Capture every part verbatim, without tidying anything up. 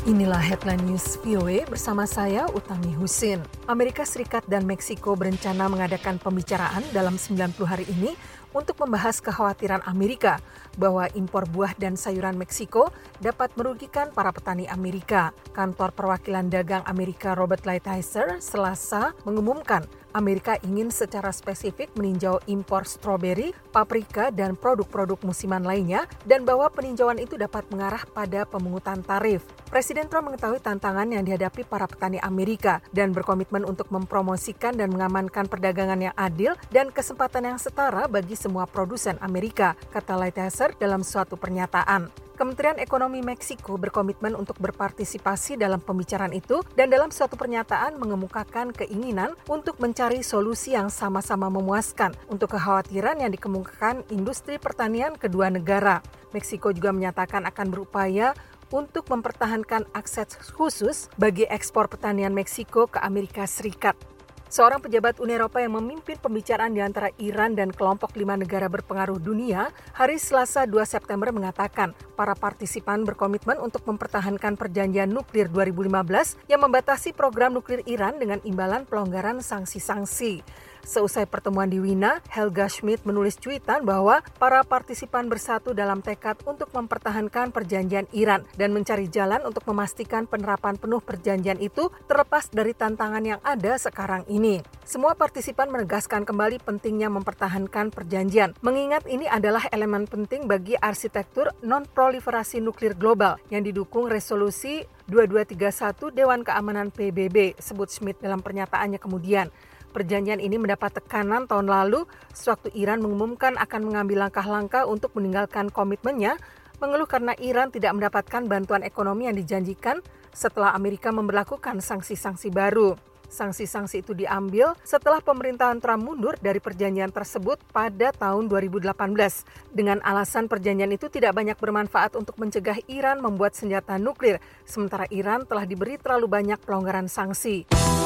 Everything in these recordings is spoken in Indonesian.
Inilah Headline News V O A bersama saya Utami Husin. Amerika Serikat dan Meksiko berencana mengadakan pembicaraan dalam sembilan puluh hari ini untuk membahas kekhawatiran Amerika bahwa impor buah dan sayuran Meksiko dapat merugikan para petani Amerika. Kantor Perwakilan Dagang Amerika Robert Lighthizer Selasa mengumumkan Amerika ingin secara spesifik meninjau impor stroberi, paprika, dan produk-produk musiman lainnya, dan bahwa peninjauan itu dapat mengarah pada pemungutan tarif. Presiden Trump mengetahui tantangan yang dihadapi para petani Amerika dan berkomitmen untuk mempromosikan dan mengamankan perdagangan yang adil dan kesempatan yang setara bagi semua produsen Amerika, kata Lighthizer dalam suatu pernyataan. Kementerian Ekonomi Meksiko berkomitmen untuk berpartisipasi dalam pembicaraan itu dan dalam suatu pernyataan mengemukakan keinginan untuk mencari solusi yang sama-sama memuaskan untuk kekhawatiran yang dikemukakan industri pertanian kedua negara. Meksiko juga menyatakan akan berupaya untuk mempertahankan akses khusus bagi ekspor pertanian Meksiko ke Amerika Serikat. Seorang pejabat Uni Eropa yang memimpin pembicaraan di antara Iran dan kelompok lima negara berpengaruh dunia, hari Selasa dua September mengatakan para partisipan berkomitmen untuk mempertahankan perjanjian nuklir dua ribu lima belas yang membatasi program nuklir Iran dengan imbalan pelonggaran sanksi-sanksi. Seusai pertemuan di Wina, Helga Schmidt menulis cuitan bahwa para partisipan bersatu dalam tekad untuk mempertahankan perjanjian Iran dan mencari jalan untuk memastikan penerapan penuh perjanjian itu terlepas dari tantangan yang ada sekarang ini. Semua partisipan menegaskan kembali pentingnya mempertahankan perjanjian, mengingat ini adalah elemen penting bagi arsitektur non-proliferasi nuklir global yang didukung resolusi dua dua tiga satu Dewan Keamanan P B B, sebut Schmidt dalam pernyataannya kemudian. Perjanjian ini mendapat tekanan tahun lalu sewaktu Iran mengumumkan akan mengambil langkah-langkah untuk meninggalkan komitmennya, mengeluh karena Iran tidak mendapatkan bantuan ekonomi yang dijanjikan setelah Amerika memberlakukan sanksi-sanksi baru. Sanksi-sanksi itu diambil setelah pemerintahan Trump mundur dari perjanjian tersebut pada tahun dua ribu delapan belas dengan alasan perjanjian itu tidak banyak bermanfaat untuk mencegah Iran membuat senjata nuklir, sementara Iran telah diberi terlalu banyak pelonggaran sanksi.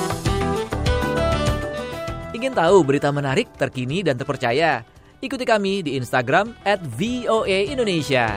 Ingin tahu berita menarik, terkini, dan terpercaya? Ikuti kami di Instagram at V O A Indonesia.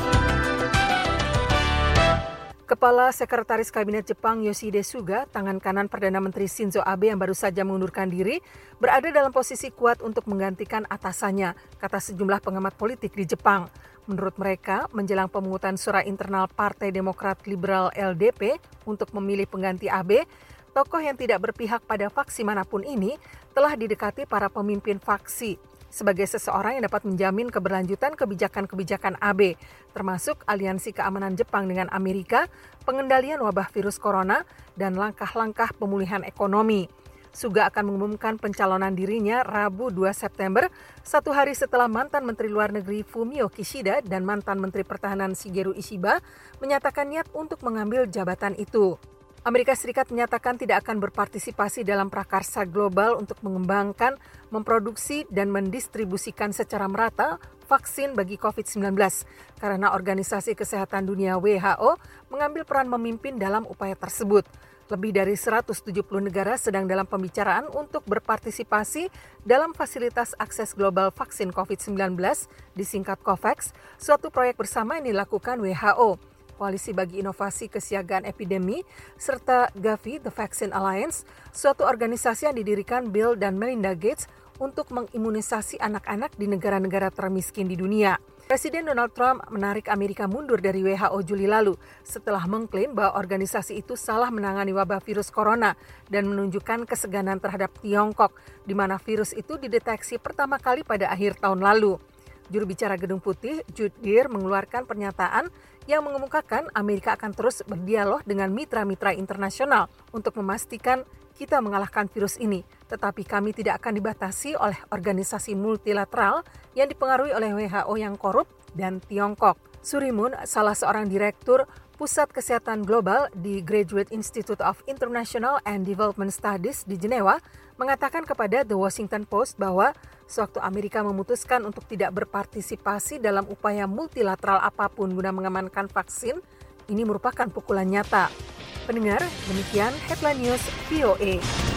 Kepala Sekretaris Kabinet Jepang Yoshihide Suga, tangan kanan Perdana Menteri Shinzo Abe yang baru saja mengundurkan diri, berada dalam posisi kuat untuk menggantikan atasannya, kata sejumlah pengamat politik di Jepang. Menurut mereka, menjelang pemungutan suara internal Partai Demokrat Liberal L D P untuk memilih pengganti Abe, tokoh yang tidak berpihak pada faksi manapun ini telah didekati para pemimpin faksi sebagai seseorang yang dapat menjamin keberlanjutan kebijakan-kebijakan A B, termasuk aliansi keamanan Jepang dengan Amerika, pengendalian wabah virus corona, dan langkah-langkah pemulihan ekonomi. Suga akan mengumumkan pencalonan dirinya Rabu dua September, satu hari setelah mantan Menteri Luar Negeri Fumio Kishida dan mantan Menteri Pertahanan Shigeru Ishiba menyatakan niat untuk mengambil jabatan itu. Amerika Serikat menyatakan tidak akan berpartisipasi dalam prakarsa global untuk mengembangkan, memproduksi, dan mendistribusikan secara merata vaksin bagi covid sembilan belas karena Organisasi Kesehatan Dunia W H O mengambil peran memimpin dalam upaya tersebut. Lebih dari seratus tujuh puluh negara sedang dalam pembicaraan untuk berpartisipasi dalam fasilitas akses global vaksin covid sembilan belas, disingkat COVAX, suatu proyek bersama yang dilakukan W H O. Koalisi bagi Inovasi Kesiagaan Epidemi, serta Gavi, The Vaccine Alliance, suatu organisasi yang didirikan Bill dan Melinda Gates untuk mengimunisasi anak-anak di negara-negara termiskin di dunia. Presiden Donald Trump menarik Amerika mundur dari W H O Juli lalu setelah mengklaim bahwa organisasi itu salah menangani wabah virus corona dan menunjukkan keseganan terhadap Tiongkok, di mana virus itu dideteksi pertama kali pada akhir tahun lalu. Juru bicara Gedung Putih, Jude Deere, mengeluarkan pernyataan yang mengemukakan Amerika akan terus berdialog dengan mitra-mitra internasional untuk memastikan kita mengalahkan virus ini, tetapi kami tidak akan dibatasi oleh organisasi multilateral yang dipengaruhi oleh W H O yang korup dan Tiongkok. Suri Moon, salah seorang direktur Pusat Kesehatan Global di Graduate Institute of International and Development Studies di Jenewa, mengatakan kepada The Washington Post bahwa sewaktu Amerika memutuskan untuk tidak berpartisipasi dalam upaya multilateral apapun guna mengamankan vaksin, ini merupakan pukulan nyata. Pendengar, demikian Headline News V O A.